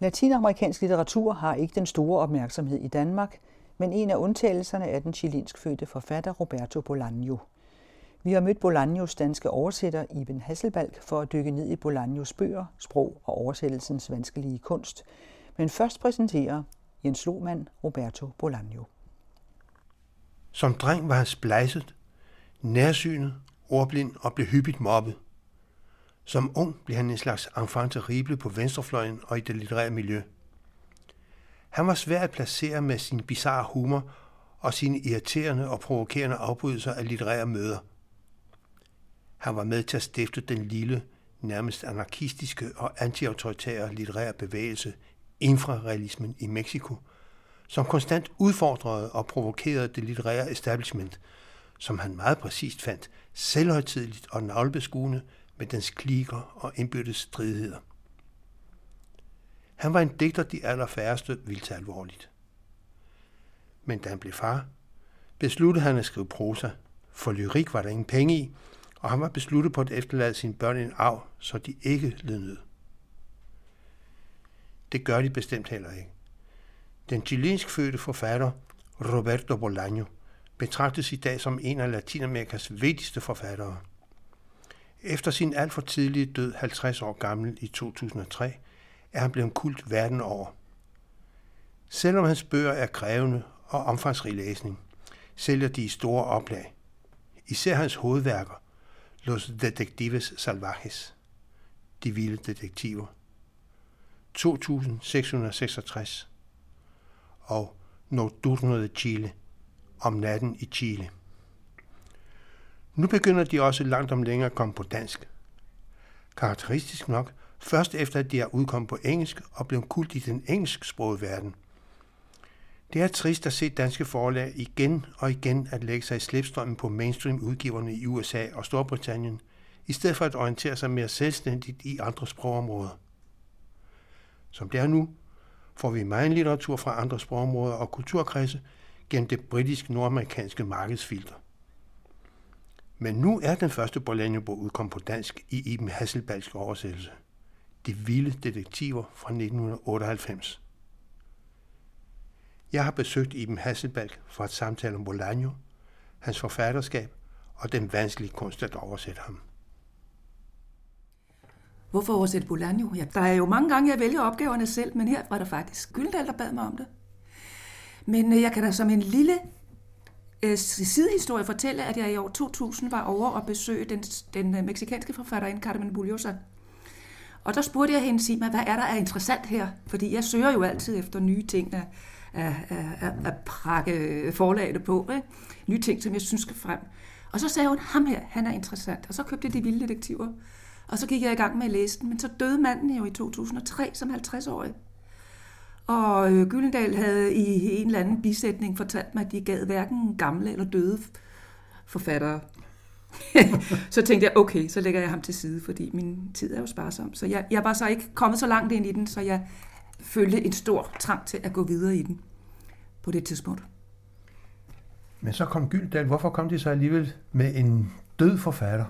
Latinamerikansk litteratur har ikke den store opmærksomhed i Danmark, men en af undtagelserne er den chilenskfødte forfatter Roberto Bolaño. Vi har mødt Bolaños danske oversætter Iben Hasselbalch for at dykke ned i Bolaños bøger, sprog og oversættelsens vanskelige kunst. Men først præsenterer Jens Lohmann Roberto Bolaño. Som dreng var han splejset, nærsynet, ordblind og blev hyppigt mobbet. Som ung blev han en slags enfant terrible på venstrefløjen og i det litterære miljø. Han var svær at placere med sin bizarre humor og sine irriterende og provokerende afbrydelser af litterære møder. Han var med til at stifte den lille, nærmest anarkistiske og antiautoritære litterære bevægelse infrarealismen i Mexico, som konstant udfordrede og provokerede det litterære establishment, som han meget præcist fandt selvhøjtideligt og navlebeskuende med dens kliker og indbyrdes stridigheder. Han var en digter, de allerfærreste ville tage alvorligt. Men da han blev far, besluttede han at skrive prosa, for lyrik var der ingen penge i, og han var besluttet på at efterlade sine børn en arv, så de ikke led nød. Det gør de bestemt heller ikke. Den chilenskfødte forfatter Roberto Bolaño betragtes i dag som en af Latinamerikas vigtigste forfattere. Efter sin alt for tidlige død 50 år gammel i 2003, er han blevet kult verden over. Selvom hans bøger er krævende og omfangsrig læsning, sælger de i store oplag. Især hans hovedværker, Los Detectives Salvajes, De vilde detektiver, 2666 og Nocturno de Chile, om natten i Chile. Nu begynder de også langt om længe at komme på dansk. Karakteristisk nok, først efter at de er udkommet på engelsk og blevet kult i den engelsksprogede verden. Det er trist at se danske forlag igen og igen at lægge sig i slipstrømmen på mainstream-udgiverne i USA og Storbritannien, i stedet for at orientere sig mere selvstændigt i andre sprogområder. Som det er nu, får vi meget litteratur fra andre sprogområder og kulturkredse gennem det britisk-nordamerikanske markedsfilter. Men nu er den første Bolaño-bog udkommet på dansk i Iben Hasselbalchs oversættelse. De vilde detektiver fra 1998. Jeg har besøgt Iben Hasselbalch for at samtale om Bolaño, hans forfatterskab og den vanskelige kunst at oversætte ham. Hvorfor oversætte Bolaño? Ja, der er jo mange gange, jeg vælger opgaverne selv, men her var der faktisk Gyldendal, der bad mig om det. Men jeg kan da som en lille sidehistorie fortælle, at jeg i år 2000 var over og besøge den mexikanske forfatterinde Carmen Bulliosa. Og der spurgte jeg hende, sig mig, hvad er der interessant her? Fordi jeg søger jo altid efter nye ting at prakke forlagene på. Ikke? Nye ting, som jeg synes skal frem. Og så sagde hun, ham her, han er interessant. Og så købte jeg De vilde detektiver. Og så gik jeg i gang med at læse den. Men så døde manden jo i 2003 som 50-årig. Og Gyldendal havde i en eller anden bisætning fortalt mig, at de gav hverken gamle eller døde forfattere. Så tænkte jeg, okay, så lægger jeg ham til side, fordi min tid er jo sparsom. Så jeg var så ikke kommet så langt ind i den, så jeg følte en stor trang til at gå videre i den på det tidspunkt. Men så kom Gyldendal. Hvorfor kom de så alligevel med en død forfatter?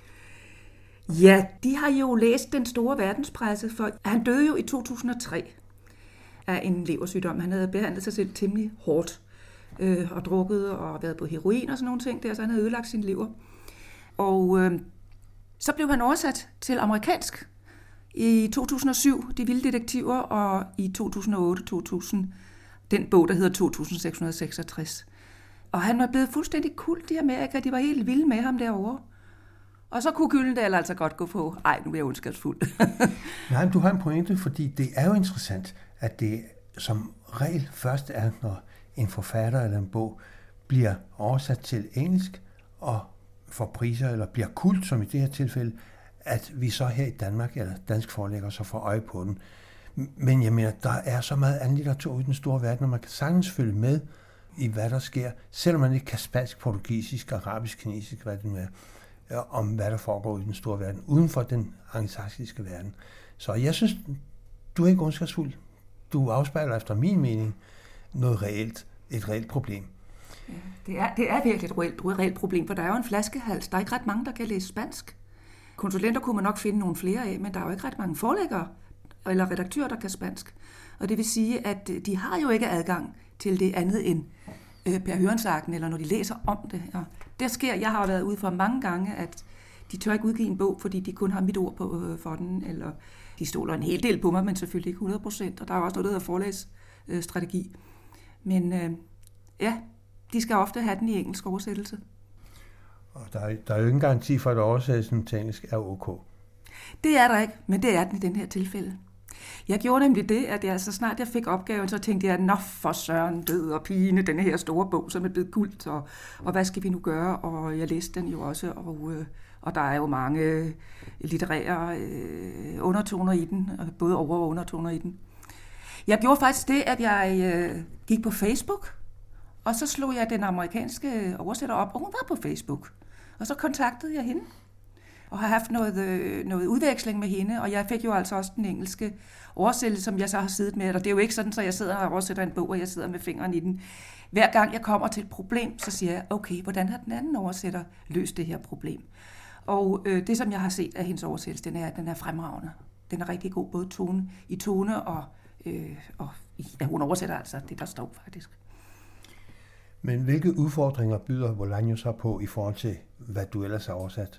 Ja, de har jo læst den store verdenspresse, for han døde jo i 2003 af en leversygdom. Han havde behandlet sig selv temmelig hårdt og drukket og været på heroin og sådan nogle ting der, så han havde ødelagt sin lever. Og så blev han oversat til amerikansk i 2007, De vilde detektiver, og i 2008-2000, den bog, der hedder 2666. Og han var blevet fuldstændig kult i Amerika, de var helt vilde med ham derovre. Og så kunne Gyldendal altså godt gå på, nu er jeg ondskabsfuld. Nej, du har en pointe, fordi det er jo interessant, at det som regel først er, når en forfatter eller en bog bliver oversat til engelsk og får priser eller bliver kult, som i det her tilfælde, at vi så her i Danmark eller dansk forlægger så får øje på den. Men jeg mener, der er så meget anden litteratur i den store verden, og man kan sagtens følge med i, hvad der sker, selvom man ikke kan spansk, portugisisk, arabisk, kinesisk, hvad det nu er, om hvad der foregår i den store verden, uden for den angelsaksiske verden. Så jeg synes, du er ikke ondskabsfuld. Du afspejler efter min mening noget reelt, et reelt problem. Ja, det er virkelig et reelt problem, for der er jo en flaskehals. Der er ikke ret mange, der kan læse spansk. Konsulenter kunne man nok finde nogle flere af, men der er jo ikke ret mange forlæggere, eller redaktører, der kan spansk. Og det vil sige, at de har jo ikke adgang til det andet end per hørensagen, eller når de læser om det. Og det sker, jeg har været ude for mange gange, at de tør ikke udgive en bog, fordi de kun har mit ord på, for den, eller de stoler en hel del på mig, men selvfølgelig ikke 100%, og der er også noget, der hedder forlægsstrategi. Men ja, de skal ofte have den i engelsk oversættelse. Og der er jo ikke en garanti for, at oversættelsen til engelsk er ok. Det er der ikke, men det er den i den her tilfælde. Jeg gjorde nemlig det, at så snart jeg fik opgaven, så tænkte jeg, nå for søren, død og pine, den her store bog, som er blevet guld, og hvad skal vi nu gøre? Og jeg læste den jo også, og der er jo mange litterære undertoner i den, både over- og undertoner i den. Jeg gjorde faktisk det, at jeg gik på Facebook, og så slog jeg den amerikanske oversætter op, og hun var på Facebook. Og så kontaktede jeg hende, og har haft noget udveksling med hende, og jeg fik jo altså også den engelske oversættelse, som jeg så har siddet med. Og det er jo ikke sådan, at jeg sidder og oversætter en bog, og jeg sidder med fingeren i den. Hver gang jeg kommer til et problem, så siger jeg, okay, hvordan har den anden oversætter løst det her problem? Og det, som jeg har set af hendes oversættelse, den er fremragende. Den er rigtig god, både i tone og hun oversætter altså det, der står faktisk. Men hvilke udfordringer byder Bolaño så på i forhold til, hvad du ellers har oversat?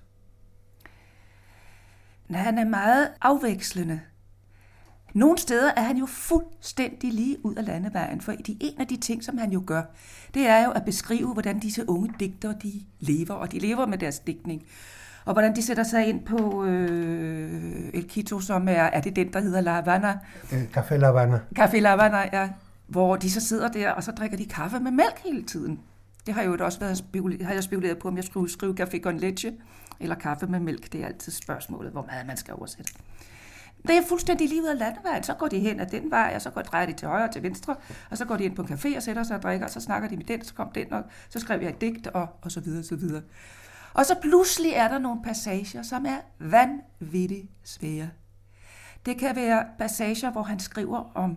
Han er meget afvekslende. Nogle steder er han jo fuldstændig lige ud af landevejen, for en af de ting, som han jo gør, det er jo at beskrive, hvordan disse unge digtere, de lever, og de lever med deres digtning. Og hvordan de sætter sig ind på El Quito, som er det den, der hedder La Habana? Café La Habana. Café La Habana, ja. Hvor de så sidder der, og så drikker de kaffe med mælk hele tiden. Det har jo også været spekuleret på, om jeg skulle skrive café con leche, eller kaffe med mælk. Det er altid spørgsmålet, hvor meget man skal oversætte. Det er fuldstændig lige ud af landevejen. Så går de hen ad den vej, og så drejer de til højre og til venstre, og så går de ind på en café og sætter sig og drikker, og så snakker de med den, så kom den, og så skrev jeg et digt, og så videre, så videre. Og så pludselig er der nogle passager, som er vanvittigt svære. Det kan være passager, hvor han skriver om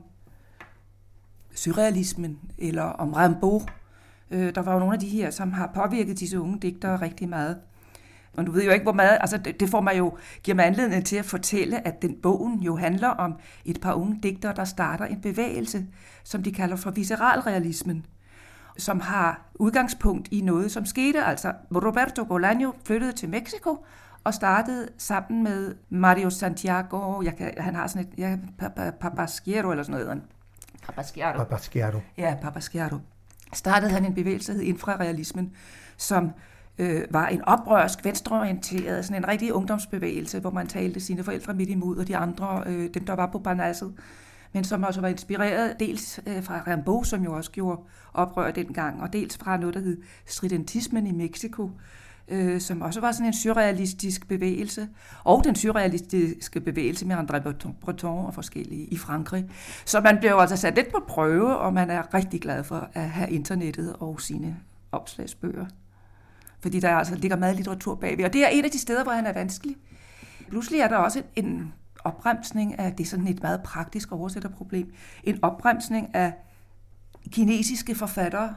surrealismen, eller om Rimbaud. Der var jo nogle af de her, som har påvirket disse unge digtere rigtig meget. Og du ved jo ikke, hvor meget, altså det får mig jo, giver mig anledning til at fortælle, at den bogen jo handler om et par unge digtere, der starter en bevægelse, som de kalder for visceralrealismen, som har udgangspunkt i noget, som skete. Altså, Roberto Bolaño flyttede til Mexico og startede sammen med Mario Santiago, han har sådan et, Papasquiaro eller sådan noget. Papasquiaro. Ja, Papasquiaro. Startede han en bevægelse, der hed infrarealismen, som var en oprørsk, venstreorienteret, sådan en rigtig ungdomsbevægelse, hvor man talte sine forældre midt imod, og de andre, dem der var på Parnasset, men som også var inspireret dels fra Rimbaud, som jo også gjorde oprør dengang, og dels fra noget, der hed stridentismen i Mexico, som også var sådan en surrealistisk bevægelse, og den surrealistiske bevægelse med André Breton og forskellige i Frankrig. Så man blev altså sat lidt på prøve, og man er rigtig glad for at have internettet og sine opslagsbøger. Fordi der altså ligger meget litteratur bagved, og det er et af de steder, hvor han er vanskelig. Pludselig er der også en opbremsning af, det er sådan et meget praktisk oversætterproblem, en opbremsning af kinesiske forfattere.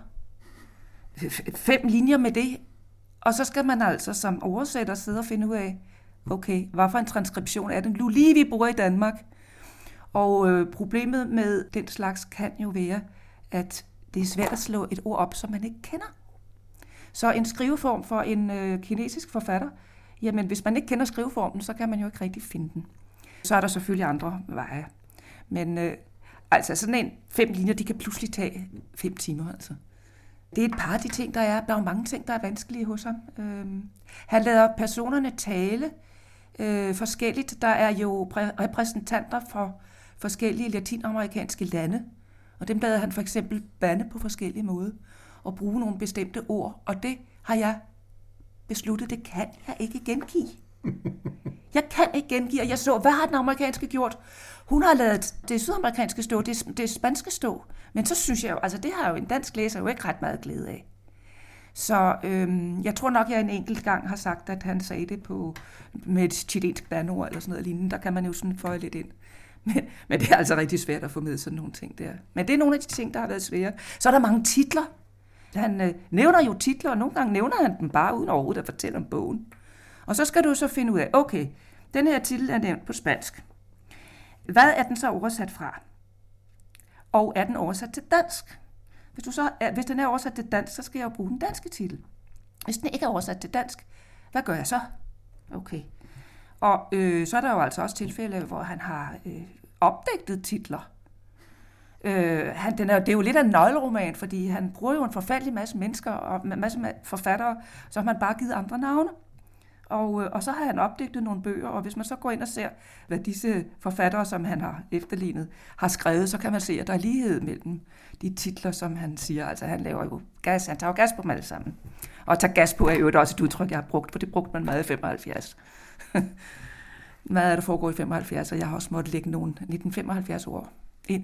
5 linjer med det, og så skal man altså som oversætter sidde og finde ud af, okay, hvad for en transkription er det nu lige, vi bruger i Danmark? Og problemet med den slags kan jo være, at det er svært at slå et ord op, som man ikke kender. Så en skriveform for en kinesisk forfatter, jamen hvis man ikke kender skriveformen, så kan man jo ikke rigtig finde den. Så er der selvfølgelig andre veje. Men altså sådan en 5 linjer, de kan pludselig tage 5 timer altså. Det er et par af de ting, der er. Der er jo mange ting, der er vanskelige hos ham. Han lader personerne tale forskelligt. Der er jo repræsentanter for forskellige latinamerikanske lande, og dem lader han for eksempel bande på forskellige måder og bruge nogle bestemte ord, og det har jeg besluttet, det kan jeg ikke gengive. Jeg kan ikke gengive, og jeg så, hvad har den amerikanske gjort? Hun har ladet det sydamerikanske stå, det spanske stå, men så synes jeg jo, altså det har jo en dansk læser jo ikke ret meget glæde af. Så jeg tror nok, jeg en enkelt gang har sagt, at han sagde det med et chilensk bandord eller sådan noget lignende, der kan man jo sådan føje lidt ind. Men det er altså rigtig svært at få med sådan nogle ting der. Men det er nogle af de ting, der har været svære. Så er der mange titler. Han nævner jo titler, og nogle gange nævner han dem bare uden overhovedet at fortælle om bogen. Og så skal du så finde ud af, okay, den her titel er nævnt på spansk. hvad er den så oversat fra? Og er den oversat til dansk? Hvis den er oversat til dansk, så skal jeg jo bruge den danske titel. Hvis den ikke er oversat til dansk, hvad gør jeg så? Okay. Og så er der jo altså også tilfælde, hvor han har opdigtet titler. Det er jo lidt af en nøgleroman, fordi han bruger jo en forfærdelig masse mennesker og en masse forfattere, så har man bare givet andre navne. Og så har han opdigtet nogle bøger, og hvis man så går ind og ser, hvad disse forfattere, som han har efterlignet, har skrevet, så kan man se, at der er lighed mellem de titler, som han siger. Altså han laver jo gas, han tager jo gas på dem alle sammen. Og at tage gas på er jo også et udtryk, jeg har brugt, for det brugte man meget i 75. Meget af det foregår i 75, og jeg har også måttet lægge nogle 1975 ord ind.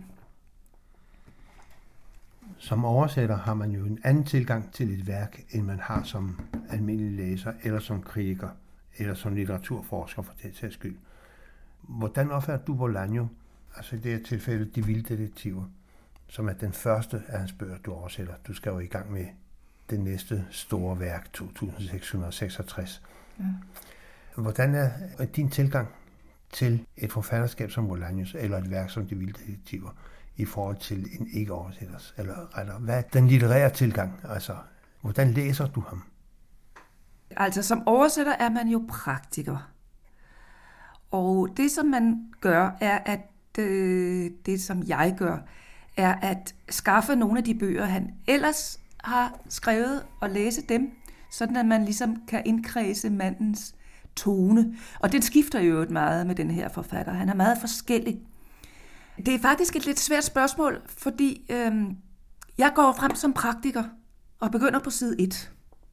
Som oversætter har man jo en anden tilgang til et værk, end man har som almindelig læser, eller som kritiker, eller som litteraturforsker for den sags skyld. Hvordan opfatter du Bolaño, altså i det her tilfælde De Vilde Detektiver, som er den første af hans bøger, du oversætter? Du skal jo i gang med det næste store værk, 2666. Ja. Hvordan er din tilgang til et forfatterskab som Bolaños, eller et værk som De Vilde Detektiver, i forhold til en ikke-oversætters? Eller rettere, hvad er den litterære tilgang? Altså, hvordan læser du ham? Altså, som oversætter er man jo praktiker. Og det, som man gør, er, at det, som jeg gør, er at skaffe nogle af de bøger, han ellers har skrevet, og læse dem, sådan at man ligesom kan indkredse mandens tone. Og den skifter jo meget med den her forfatter. Han er meget forskellig. Det er faktisk et lidt svært spørgsmål, fordi jeg går frem som praktiker og begynder på side 1.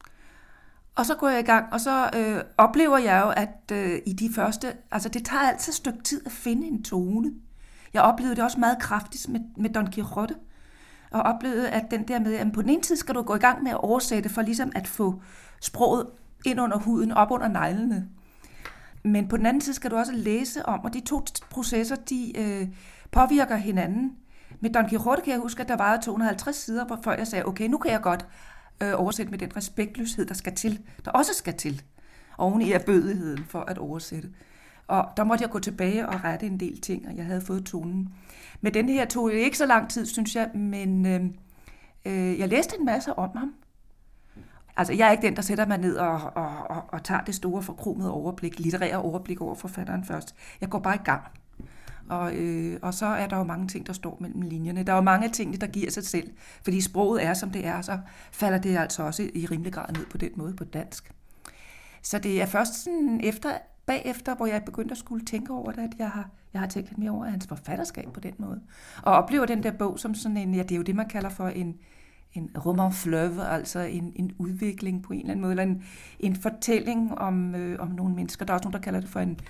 Og så går jeg i gang, og så oplever jeg jo, at i de første, altså det tager altid et stykke tid at finde en tone. Jeg oplevede det også meget kraftigt med Don Quixote, og oplevede, at den der med, at på den ene tid skal du gå i gang med at oversætte, for ligesom at få sproget ind under huden, op under neglene. Men på den anden side skal du også læse om, og de to processer, de påvirker hinanden. Med Don Quixote kan jeg huske, at der var 250 sider, før jeg sagde, okay, nu kan jeg godt oversætte med den respektløshed, der også skal til, oven i erbødigheden for at oversætte. Og der måtte jeg gå tilbage og rette en del ting, og jeg havde fået tonen. Med den her tog det ikke så lang tid, synes jeg, men jeg læste en masse om ham. Altså, jeg er ikke den, der sætter mig ned og tager det store forkromede overblik, litterære overblik over forfatteren først. Jeg går bare i gang. Og så er der jo mange ting, der står mellem linjerne. Der er jo mange ting, der giver sig selv. Fordi sproget er, som det er, så falder det altså også i rimelig grad ned på den måde på dansk. Så det er først sådan bagefter, hvor jeg begyndte at skulle tænke over det, at jeg har tænkt lidt mere over hans forfatterskab på den måde. Og oplever den der bog som sådan en, ja, det er jo det, man kalder for en roman fleuve, altså en udvikling på en eller anden måde, eller en fortælling om nogle mennesker. Der er også nogen, der kalder det for en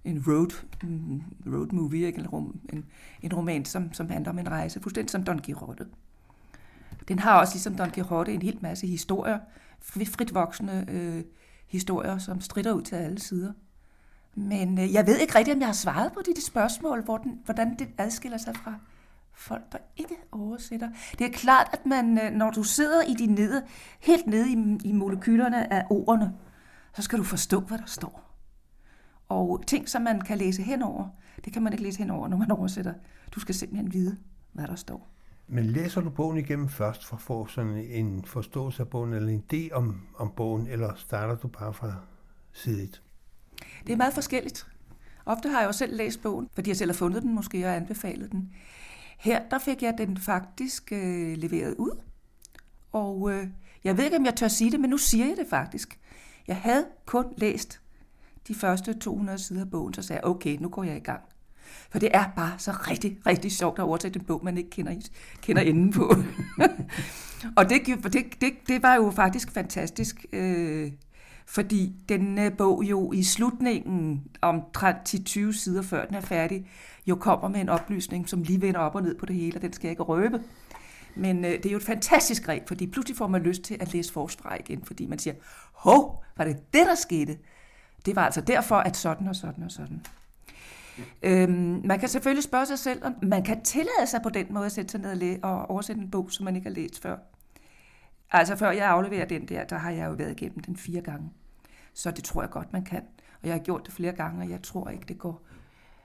road movie, ikke? En roman, som handler om en rejse, fuldstændig som Don Quixote. Den har også, ligesom Don Quixote, en hel masse historier, frit voksende historier, som stritter ud til alle sider. Men jeg ved ikke rigtigt, om jeg har svaret på de spørgsmål, hvordan det adskiller sig fra folk, der ikke oversætter. Det er klart, at man, når du sidder helt nede i molekylerne af ordene, så skal du forstå, hvad der står. Og ting, som man kan læse henover, det kan man ikke læse henover, når man oversætter. Du skal simpelthen vide, hvad der står. Men læser du bogen igennem først for at få sådan en forståelse af bogen, eller en idé om bogen, eller starter du bare fra side 1? Det er meget forskelligt. Ofte har jeg jo selv læst bogen, fordi jeg selv har fundet den måske og anbefalet den. Her, der fik jeg den faktisk leveret ud. Og jeg ved ikke, om jeg tør sige det, men nu siger jeg det faktisk. Jeg havde kun læst de første 200 sider af bogen, så sagde jeg, okay, nu går jeg i gang. For det er bare så rigtig, rigtig sjovt at oversætte en bog, man ikke kender enden på. Og det var jo faktisk fantastisk, fordi den bog jo i slutningen, om 10-20 sider før den er færdig, jo kommer med en oplysning, som lige vender op og ned på det hele, og den skal jeg ikke røbe. Men det er jo et fantastisk greb, fordi pludselig får man lyst til at læse forfra igen, fordi man siger, hov, var det det, der skete? Det var altså derfor, at sådan og sådan og sådan. Man kan selvfølgelig spørge sig selv, om man kan tillade sig på den måde at sætte sig ned og oversætte en bog, som man ikke har læst før. Altså før jeg afleverer den der har jeg jo været igennem den 4 gange. Så det tror jeg godt, man kan. Og jeg har gjort det flere gange, og jeg tror ikke, det går.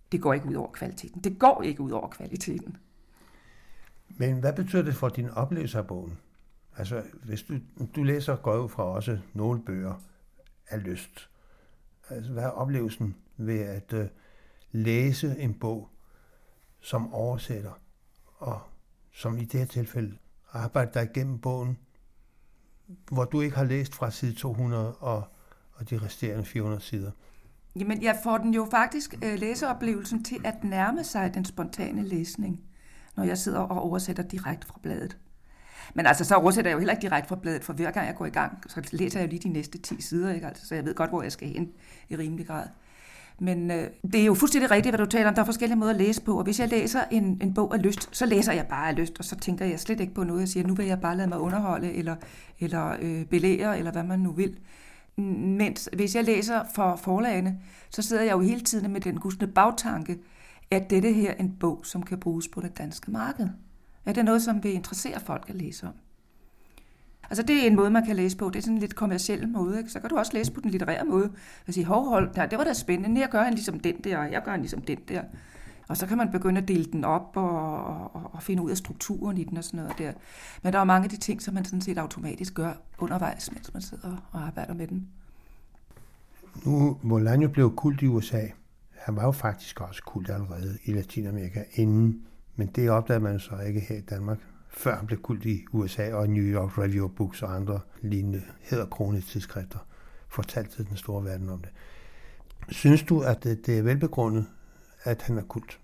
det går ikke ud over kvaliteten. Det går ikke ud over kvaliteten. Men hvad betyder det for din oplevelse af bogen? Altså, hvis du læser, går ud fra også nogle bøger af lyst. Altså, hvad er oplevelsen ved at læse en bog som oversætter, og som i det her tilfælde arbejder dig igennem bogen, hvor du ikke har læst fra side 200 og de resterende 400 sider? Jamen, jeg får den jo faktisk læseoplevelsen til at nærme sig den spontane læsning, når jeg sidder og oversætter direkte fra bladet. Men altså, så oversætter jeg jo heller ikke direkte fra bladet, for hver gang jeg går i gang, så læser jeg jo lige de næste 10 sider, ikke? Altså, så jeg ved godt, hvor jeg skal hen i rimelig grad. Men det er jo fuldstændig rigtigt, hvad du taler om. Der er forskellige måder at læse på, og hvis jeg læser en bog af lyst, så læser jeg bare af lyst, og så tænker jeg slet ikke på noget. Jeg siger, nu vil jeg bare lade mig underholde, eller belære, eller hvad man nu vil. Mens hvis jeg læser for forlagene, så sidder jeg jo hele tiden med den gustne bagtanke, at dette her er en bog, som kan bruges på det danske marked. Er det noget, som vil interessere folk at læse om? Altså det er en måde, man kan læse på. Det er sådan en lidt kommerciel måde. Ikke? Så kan du også læse på den litterære måde. Og sige, nej, det var da spændende. Her gør han ligesom den der, og jeg gør han ligesom den der. Og så kan man begynde at dele den op og finde ud af strukturen i den og sådan noget der. Men der er mange af de ting, som man sådan set automatisk gør undervejs, mens man sidder og arbejder med den. Nu, Bolaño blev kult i USA. Han var jo faktisk også kult allerede i Latinamerika inden, men det opdagede man så ikke her i Danmark, før han blev kult i USA, og New York Review of Books og andre lignende hæderkronede tidsskrifter fortalte den store verden om det. Synes du, at det er velbegrundet, at han er kult?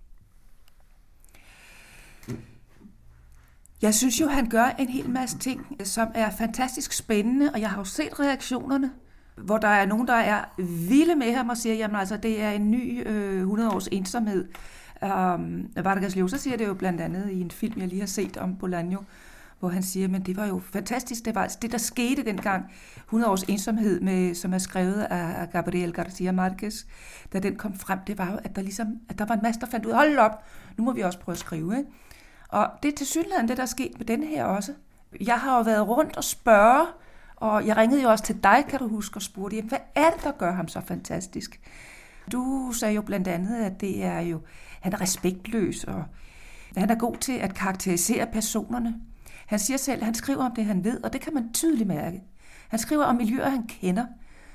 Jeg synes jo, han gør en hel masse ting, som er fantastisk spændende, og jeg har jo set reaktionerne, hvor der er nogen, der er vilde med ham og siger, jamen altså, det er en ny 100 års ensomhed. Vargas Llosa siger det jo blandt andet i en film, jeg lige har set om Bolaño, hvor han siger, men det var jo fantastisk, det var altså det, der skete dengang, 100 års ensomhed, som er skrevet af Gabriel García Márquez, da den kom frem, det var jo, at der var en masse, der fandt ud af, hold op, nu må vi også prøve at skrive, ikke? Og det er tilsyneladende det, der er sket med denne her også. Jeg har jo været rundt og spørge, og jeg ringede jo også til dig, kan du huske, og spurgte, jamen, hvad er det, der gør ham så fantastisk? Du sagde jo blandt andet, at det er jo, han er respektløs, og han er god til at karakterisere personerne. Han siger selv, at han skriver om det, han ved, og det kan man tydeligt mærke. Han skriver om miljøer, han kender,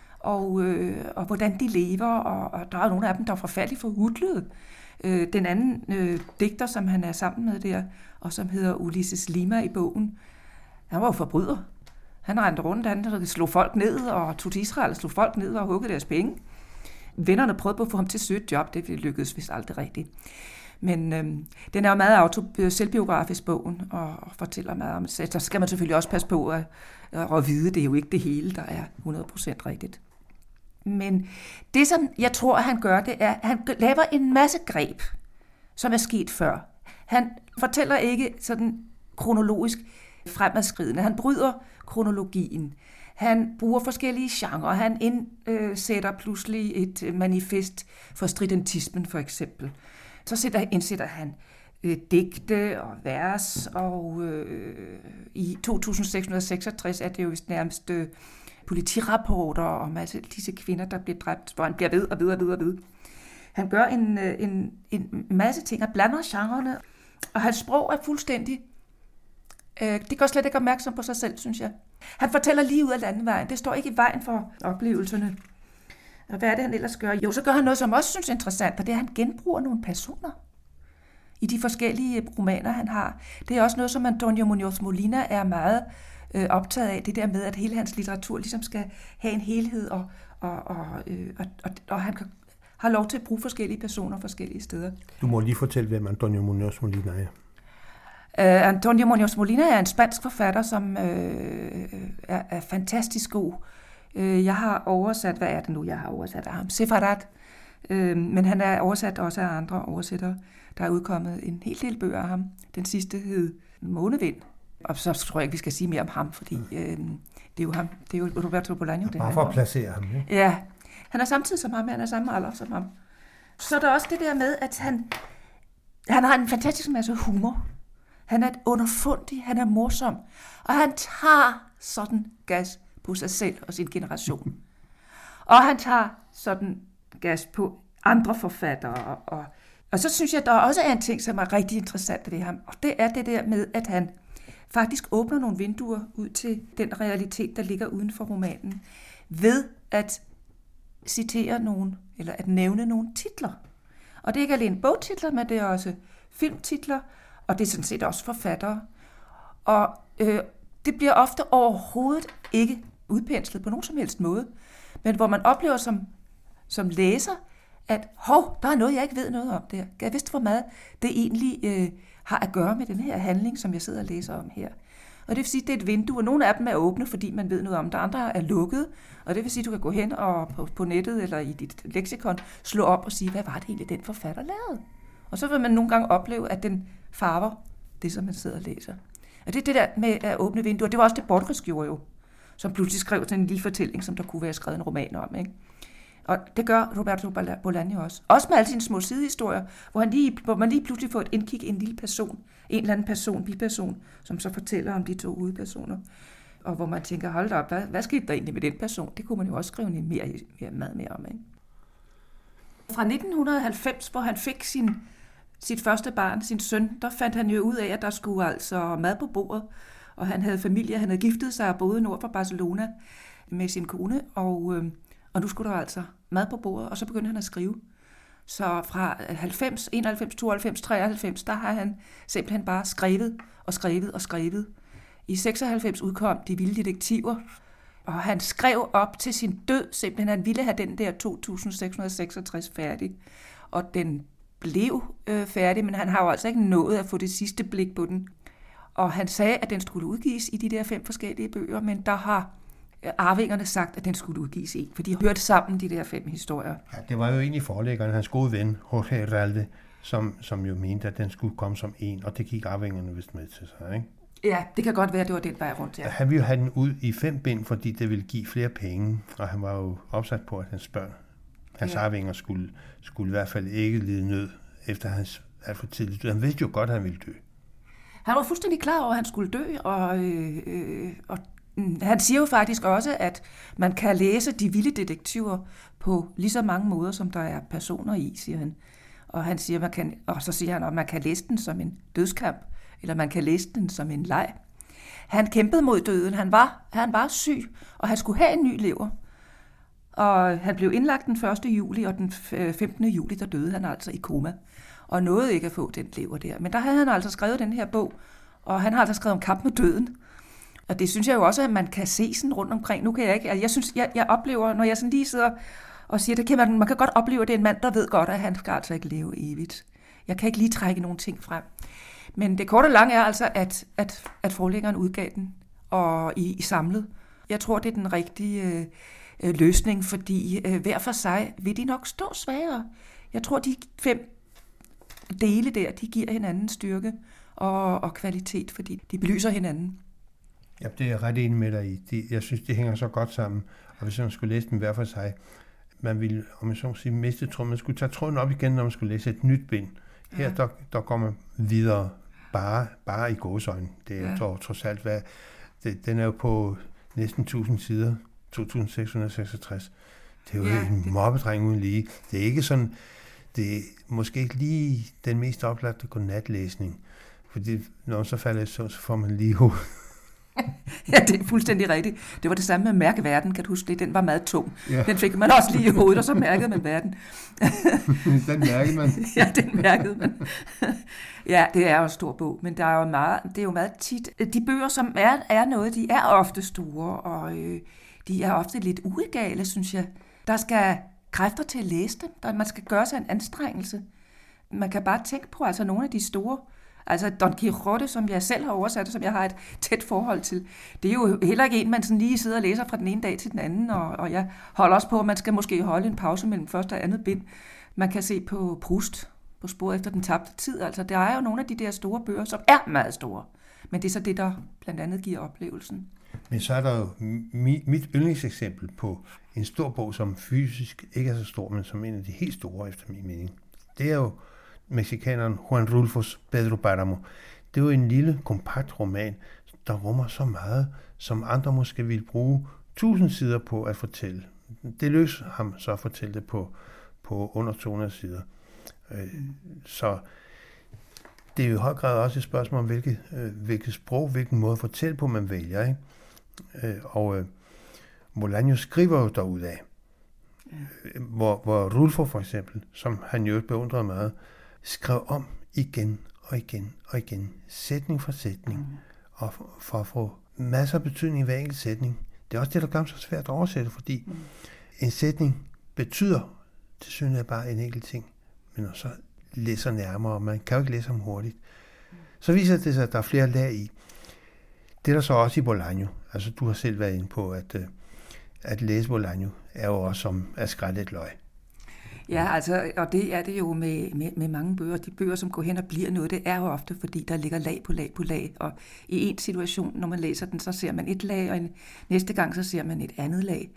og hvordan de lever, og der er nogle af dem, der er forfærdeligt forhudlede. Den anden digter, som han er sammen med der, og som hedder Ulises Lima i bogen, han var jo forbryder. Han rendte rundt, han slog folk ned, og tog til Israel, slog folk ned og huggede deres penge. Vennerne prøvede på at få ham til at søge et job, det lykkedes vist aldrig rigtigt. Men den er jo meget selvbiografisk, bogen, og fortæller meget om det. Så skal man selvfølgelig også passe på at vide, det er jo ikke det hele, der er 100% rigtigt. Men det, som jeg tror, han gør, det er, at han laver en masse greb, som er sket før. Han fortæller ikke sådan kronologisk fremadskridende. Han bryder kronologien. Han bruger forskellige genrer. Han indsætter pludselig et manifest for stridentismen, for eksempel. Så indsætter han digte og vers, og i 2666 er det jo nærmest politirapporter om altså disse kvinder, der bliver dræbt, hvor han bliver ved og ved. Han gør en masse ting og blander genrerne, og hans sprog er fuldstændig. Det går slet ikke opmærksom på sig selv, synes jeg. Han fortæller lige ud af landevejen. Det står ikke i vejen for oplevelserne. Og hvad er det, han ellers gør? Jo, så gør han noget, som også synes er interessant, og det er, at han genbruger nogle personer i de forskellige romaner, han har. Det er også noget, som Antonio Muñoz Molina er meget optaget af, det der med, at hele hans litteratur ligesom skal have en helhed, og han har lov til at bruge forskellige personer forskellige steder. Du må lige fortælle, hvem Antonio Muñoz Molina er. Antonio Muñoz Molina er en spansk forfatter, som er fantastisk god. Jeg har oversat, hvad er det nu, jeg har oversat af ham? Sefarat. Men han er oversat også af andre oversættere. Der er udkommet en hel del bøger af ham. Den sidste hed Månevind. Og så tror jeg ikke, vi skal sige mere om ham, fordi det er jo ham. Det er jo Roberto Bolaño. Bare for at placere ham, ikke? Ja. Han er samtidig som ham, han er samme alder som ham. Så er der også det der med, at han har en fantastisk masse humor. Han er underfundig, han er morsom, og han tager sådan gas på sig selv og sin generation. Og han tager sådan gas på andre forfattere, og Og så synes jeg, der også er en ting, som er rigtig interessant ved ham, og det er det der med, at han faktisk åbner nogle vinduer ud til den realitet, der ligger uden for romanen, ved at citere nogen, eller at nævne nogle titler. Og det er ikke alene bogtitler, men det er også filmtitler, og det er sådan set også forfattere. Og det bliver ofte overhovedet ikke udpenslet på nogen som helst måde, men hvor man oplever som læser, at der er noget, jeg ikke ved noget om der. Jeg vidste, hvor meget det egentlig har at gøre med den her handling, som jeg sidder og læser om her. Og det vil sige, at det er et vindue, og nogle af dem er åbne, fordi man ved noget om det. Andre er lukket, og det vil sige, at du kan gå hen og på nettet eller i dit leksikon slå op og sige, hvad var det egentlig, den forfatter lavede? Og så vil man nogle gange opleve, at den farver det, som man sidder og læser. Og det er det der med at åbne vinduer. Det var også det Borges gjorde jo, som pludselig skrev sådan en lille fortælling, som der kunne være skrevet en roman om, ikke? Og det gør Roberto Bolaño også. Også med alle sine små sidehistorier, hvor man lige pludselig får et indkig i en lille person, en eller anden person, biperson, som så fortæller om de to hovedpersoner. Og hvor man tænker, hold da op, hvad skete der egentlig med den person? Det kunne man jo også skrive meget mere om, ikke? Fra 1990, hvor han fik sit første barn, sin søn, der fandt han jo ud af, at der skulle altså mad på bordet. Og han havde familie, han havde giftet sig og boede nord for Barcelona med sin kone, og nu skulle der altså mad på bordet, og så begyndte han at skrive. Så fra 90, 91, 92, 93, der har han simpelthen bare skrevet. I 96 udkom De Vilde Detektiver, og han skrev op til sin død, simpelthen han ville have den der 2666 færdig, og den blev færdig, men han har jo altså ikke nået at få det sidste blik på den. Og han sagde, at den skulle udgives i de der 5 forskellige bøger, men der har arvingerne sagt, at den skulle udgives i, for de hørte sammen de der 5 historier. Ja, det var jo egentlig forlæggeren, hans gode ven, Jorge Herralde, som jo mente, at den skulle komme som en, og det gik arvingerne vist med til sig, ikke? Ja, det kan godt være, at det var den vej rundt, ja. Han ville jo have den ud i 5 bind, fordi det ville give flere penge, og han var jo opsat på, at hans arvinger skulle i hvert fald ikke lide nød efter hans alt for tidligt død. Han vidste jo godt, at han ville dø. Han var fuldstændig klar over, at han skulle dø, og han siger jo faktisk også, at man kan læse De Vilde Detektiver på lige så mange måder, som der er personer i, siger han. Og han siger, så siger han, at man kan læse den som en dødskamp, eller man kan læse den som en leg. Han kæmpede mod døden. Han var syg, og han skulle have en ny lever. Og han blev indlagt den 1. juli, og den 15. juli, der døde han altså i koma. Og nåede ikke at få den lever der. Men der havde han altså skrevet den her bog, og han har altså skrevet om kamp med døden. Og det synes jeg jo også, at man kan se sådan rundt omkring. Nu kan jeg ikke, jeg synes, jeg oplever, når jeg sådan lige sidder og siger, det kan man kan godt opleve, at det er en mand, der ved godt, at han skal altså ikke leve evigt. Jeg kan ikke lige trække nogle ting frem. Men det korte og lange er altså, at forlæggeren udgav den og i samlet. Jeg tror, det er den rigtige løsning, fordi hver for sig vil de nok stå svagere. Jeg tror, de 5 dele der, de giver hinanden styrke og kvalitet, fordi de belyser hinanden. Ja, det er jeg ret enig med dig i. Jeg synes, det hænger så godt sammen. Og hvis man skulle læse dem hver for sig, man ville, om jeg så må sige, miste tråden. Man skulle tage tråden op igen, når man skulle læse et nyt bind. Her, der går man videre bare i gåseøjne. Det er jo trods alt, den er jo på næsten 1000 sider, 2666. Det er jo en mobbedreng uden lige. Det er ikke sådan, det er måske ikke lige den mest oplagte godnatlæsning. Fordi når man så falder så får man lige hovedet. Ja, det er fuldstændig rigtigt. Det var det samme med Mærke Verden, kan du huske det? Den var meget tung. Ja. Den fik man også lige i hovedet, og så mærkede man verden. Den mærkede man. Ja, den mærkede man. Ja, det er jo en stor bog, men det er jo meget tit. De bøger, som er noget, de er ofte store, og de er ofte lidt uegale, synes jeg. Der skal kræfter til at læse dem. Man skal gøre sig en anstrengelse. Man kan bare tænke på altså nogle af de store. Altså Don Quixote, som jeg selv har oversat, som jeg har et tæt forhold til, det er jo heller ikke en, man sådan lige sidder og læser fra den ene dag til den anden, og jeg holder også på, at man skal måske holde en pause mellem første og andet bind. Man kan se på Proust, på Spor efter den tabte tid. Altså der er jo nogle af de der store bøger, som er meget store, men det er så det, der blandt andet giver oplevelsen. Men så er der jo mit yndlingseksempel på en stor bog, som fysisk ikke er så stor, men som en af de helt store, efter min mening. Det er jo mexikaneren Juan Rulfos Pedro Páramo. Det er jo en lille, kompakt roman, der rummer så meget, som andre måske ville bruge 1000 sider på at fortælle. Det lykkedes ham så at fortælle det på under 200 sider. Så det er jo i høj grad også et spørgsmål om, hvilket sprog, hvilken måde at fortælle på, man vælger. Ikke? Og Bolaño skriver jo derudad, hvor Rulfo for eksempel, som han jo beundrede meget, skrev om igen og igen og igen, sætning for sætning, og for at få masser af betydning i hver enkelt sætning. Det er også det, der gør så svært at oversætte, fordi en sætning betyder til synligheden bare en enkelt ting, men når så læser nærmere, og man kan jo ikke læse ham hurtigt, så viser det sig, at der er flere lag i. Det er der så også i Bolaño. Altså, du har selv været inde på, at læse Bolaño er jo også som at skrælle et løg. Ja, altså, og det er det jo med mange bøger. De bøger, som går hen og bliver noget, det er jo ofte, fordi der ligger lag på lag på lag. Og i en situation, når man læser den, så ser man et lag, og næste gang, så ser man et andet lag.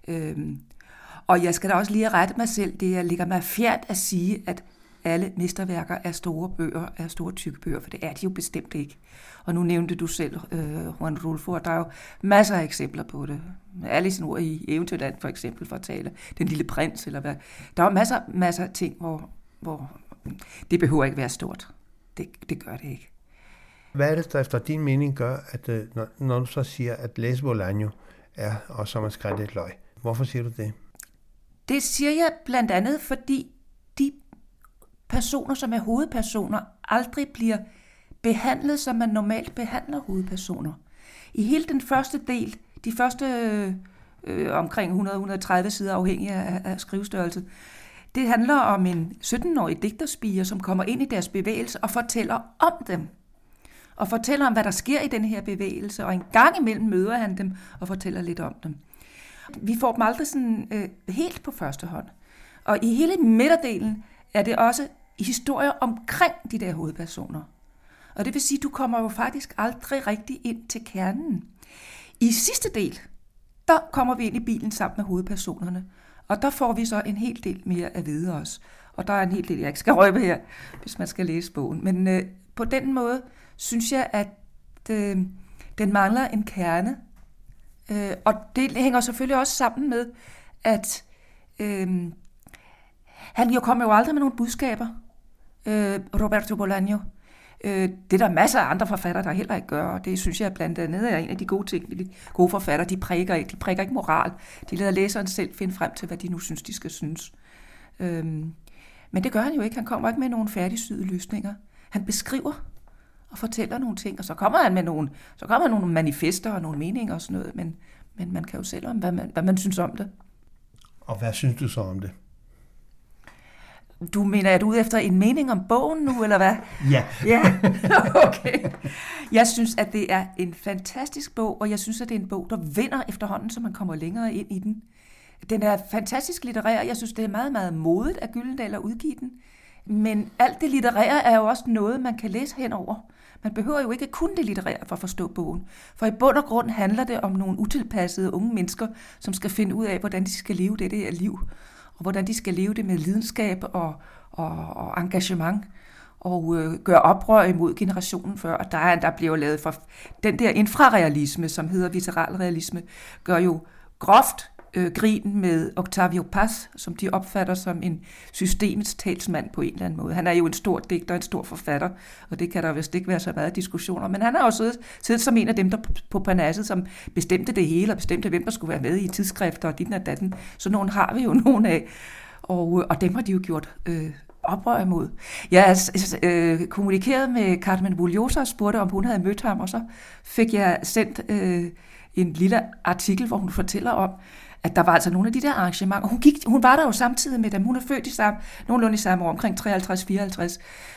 Og jeg skal da også lige rette mig selv. Det ligger mig fjernt at sige, at alle mesterværker er store bøger, er store tykke bøger, for det er de jo bestemt ikke. Og nu nævnte du selv Juan Rulfo, og der er jo masser af eksempler på det. Alice Nord i Eventyrland for eksempel, for at tale Den Lille Prins, eller hvad. Der er masser af ting, hvor det behøver ikke være stort. Det gør det ikke. Hvad er det, der efter din mening gør, at når du så siger, at læse Bolaño er og som at skrælle et løg? Hvorfor siger du det? Det siger jeg blandt andet, fordi de personer, som er hovedpersoner, aldrig bliver behandlet, som man normalt behandler hovedpersoner. I hele den første del, de første omkring 100-130 sider, afhængig af skrivestørrelse, det handler om en 17-årig digterspire, som kommer ind i deres bevægelse og fortæller om dem. Og fortæller om, hvad der sker i den her bevægelse, og en gang imellem møder han dem og fortæller lidt om dem. Vi får dem aldrig sådan helt på første hånd. Og i hele midterdelen er det også historier omkring de der hovedpersoner. Og det vil sige, at du kommer jo faktisk aldrig rigtig ind til kernen. I sidste del, der kommer vi ind i bilen sammen med hovedpersonerne. Og der får vi så en hel del mere at vide os. Og der er en hel del, jeg ikke skal røbe her, hvis man skal læse bogen. Men på den måde synes jeg, at den mangler en kerne. Og det hænger selvfølgelig også sammen med, at han kommer jo aldrig med nogle budskaber, Roberto Bolaño. Det er der masser af andre forfattere, der heller ikke gør, og det synes jeg blandt andet er en af de gode ting, de gode forfattere, de præker ikke moral. De lader læseren selv finde frem til, hvad de nu synes, de skal synes. Men det gør han jo ikke. Han kommer ikke med nogle færdigsyede løsninger. Han beskriver og fortæller nogle ting, og så kommer han med nogle manifester og nogle meninger og sådan noget, men man kan jo selv om, hvad man synes om det. Og hvad synes du så om det? Du mener, er du ude efter en mening om bogen nu, eller hvad? Ja. Ja, okay. Jeg synes, at det er en fantastisk bog, og jeg synes, at det er en bog, der vinder efterhånden, så man kommer længere ind i den. Den er fantastisk litterær. Jeg synes, det er meget, meget modigt af Gyldendal at udgive den. Men alt det litterære er jo også noget, man kan læse henover. Man behøver jo ikke kun det litterære for at forstå bogen. For i bund og grund handler det om nogle utilpassede unge mennesker, som skal finde ud af, hvordan de skal leve det her liv. Og hvordan de skal leve det med lidenskab og engagement. Og gøre oprør imod generationen før. Og der bliver jo lavet for den der infrarealisme, som hedder visceralrealisme, gør jo groft grin med Octavio Paz, som de opfatter som en systemets talsmand på en eller anden måde. Han er jo en stor digter, en stor forfatter, og det kan der vist ikke være så meget diskussioner, men han har jo siddet som en af dem, der på Parnasset, som bestemte det hele, og bestemte, hvem der skulle være med i tidsskrifter og dit og datten. Så nogen har vi jo nogen af, og dem har de jo gjort oprør imod. Jeg kommunikerede med Carmen Bugliosa og spurgte, om hun havde mødt ham, og så fik jeg sendt en lille artikel, hvor hun fortæller om, at der var altså nogle af de der arrangementer. Hun var der jo samtidig med dem. Hun er født nogenlunde i samme år, omkring 53-54.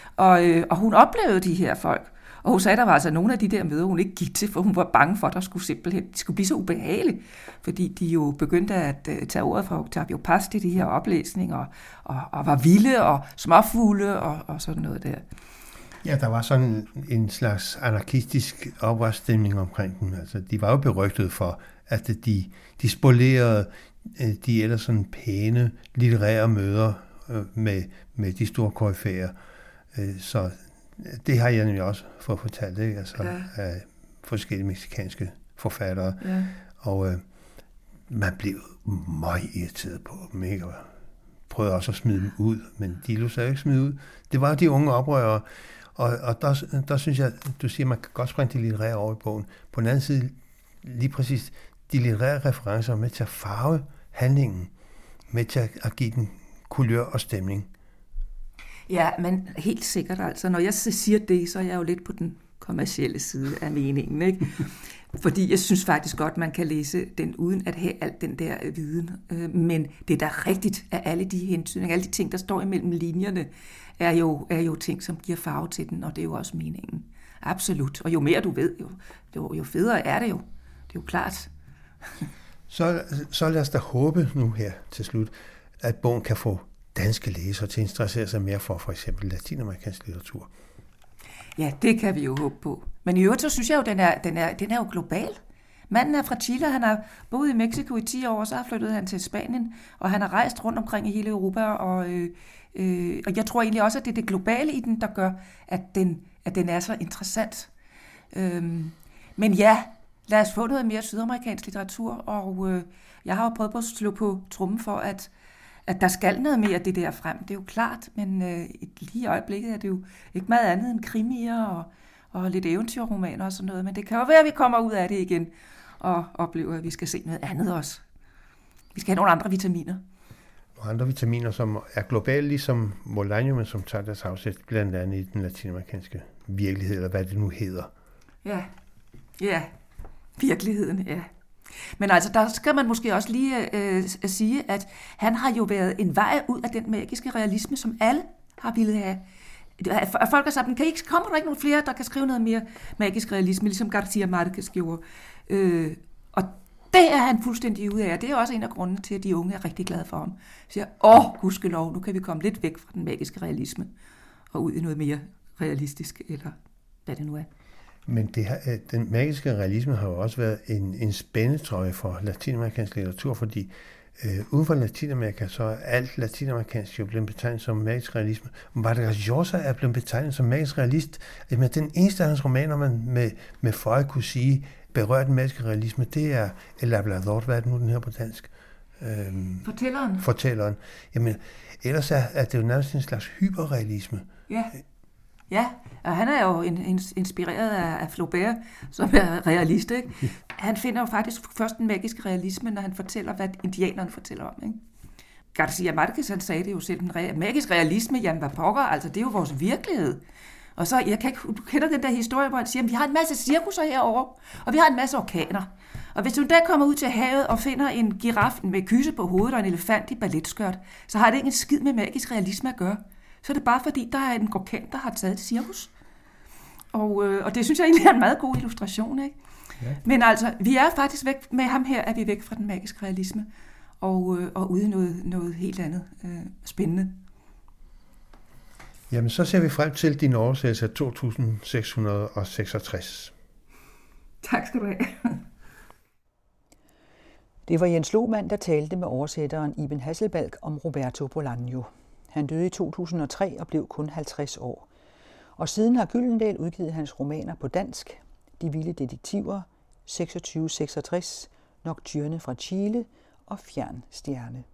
Og hun oplevede de her folk. Og hun sagde, at der var altså nogle af de der møder, hun ikke gik til, for hun var bange for, at det skulle blive så ubehageligt. Fordi de jo begyndte at tage ordet fra Octavio Paz til de her oplæsninger, og var vilde og småfugle og sådan noget der. Ja, der var sådan en slags anarkistisk oprørsstemning omkring dem. Altså, de var jo berygtet for, at de spolerede de ellers sådan pæne litterære møder med de store koryfæer. Så det har jeg nemlig også fået fortalt, ikke? Altså, ja. Af forskellige mexikanske forfattere. Ja. Og man blev meget irriteret på dem, ikke? prøvede også at smide dem ud, men de lå sig ikke smide ud. Det var de unge oprørere, og der synes jeg, du siger, man kan godt springe de litterære over i bogen. På den anden side, lige præcis, de litterære referencer med til at farve handlingen, med til at give den kulør og stemning. Ja, men helt sikkert altså. Når jeg siger det, så er jeg jo lidt på den kommercielle side af meningen, ikke? Fordi jeg synes faktisk godt, man kan læse den uden at have alt den der viden. Men det er da rigtigt, at alle de hentydninger, alle de ting, der står imellem linjerne, er jo ting, som giver farve til den, og det er jo også meningen. Absolut. Og jo mere du ved, jo federe er det jo. Det er jo klart. Så lad os da håbe nu her til slut, at bogen kan få danske læsere til at interessere sig mere for eksempel latinamerikansk litteratur. Ja, det kan vi jo håbe på. Men i øvrigt, så synes jeg jo, den er jo global. Manden er fra Chile, han har boet i Mexico i 10 år, og så har flyttet han til Spanien, og han har rejst rundt omkring i hele Europa, og jeg tror egentlig også, at det er det globale i den, der gør, at den er så interessant. Men ja, lad os få noget mere sydamerikansk litteratur, og jeg har jo prøvet på at slå på trommen for, at der skal noget mere af det der frem. Det er jo klart, men lige i øjeblikket er det jo ikke meget andet end krimier og lidt eventyrromaner og sådan noget. Men det kan jo være, at vi kommer ud af det igen og oplever, at vi skal se noget andet også. Vi skal have nogle andre vitaminer. Og andre vitaminer, som er globale, ligesom Bolaño, men som tager deres afsæt blandt andet i den latinamerikanske virkelighed, eller hvad det nu hedder. Ja, virkeligheden, ja. Men altså, der skal man måske også lige sige, at han har jo været en vej ud af den magiske realisme, som alle har ville have. Folk har sagt, kommer der ikke nogen flere, der kan skrive noget mere magisk realisme, ligesom García Márquez gjorde. Og det er han fuldstændig ude af, og det er også en af grundene til, at de unge er rigtig glade for ham. Så siger, gudskelov, nu kan vi komme lidt væk fra den magiske realisme, og ud i noget mere realistisk, eller hvad det nu er. Men den magiske realisme har jo også været en spændetrøje for latinamerikansk litteratur, fordi uden for Latinamerika, så er alt latinamerikansk jo blevet betegnet som magisk realisme. Vargas Llosa er blevet betegnet som magisk realist. Men den eneste af hans romaner, man med føje kunne sige, berører den magiske realisme, det er El Hablador, hvad er det nu, den her på dansk? Fortælleren. Jamen, ellers er det jo nærmest en slags hyperrealisme. Ja, og han er jo inspireret af Flaubert, som er realist, ikke? Han finder jo faktisk først den magiske realisme, når han fortæller, hvad indianerne fortæller om, ikke? García Márquez, han sagde det jo selv, magisk realisme, jamen hvad pokker, altså det er jo vores virkelighed. Og så, du kender den der historie, hvor han siger, vi har en masse cirkusser herovre, og vi har en masse orkaner. Og hvis du en dag kommer ud til havet og finder en giraf med kyse på hovedet og en elefant i balletskørt, så har det ikke en skid med magisk realisme at gøre. Så er det bare fordi, der er en orkan, der har taget til cirkus. Og det synes jeg egentlig er en meget god illustration, ikke? Ja. Men altså, vi er faktisk væk med ham her, er vi væk fra den magiske realisme, og ude i noget helt andet spændende. Jamen, så ser vi frem til din oversættelse af 2666. Tak skal du have. Det var Jens Lohmann, der talte med oversætteren Iben Hasselbalch om Roberto Bolaño. Han døde i 2003 og blev kun 50 år. Og siden har Gyldendal udgivet hans romaner på dansk, De vilde detektiver, 2666, Nocturne fra Chile og Fjern stjerne.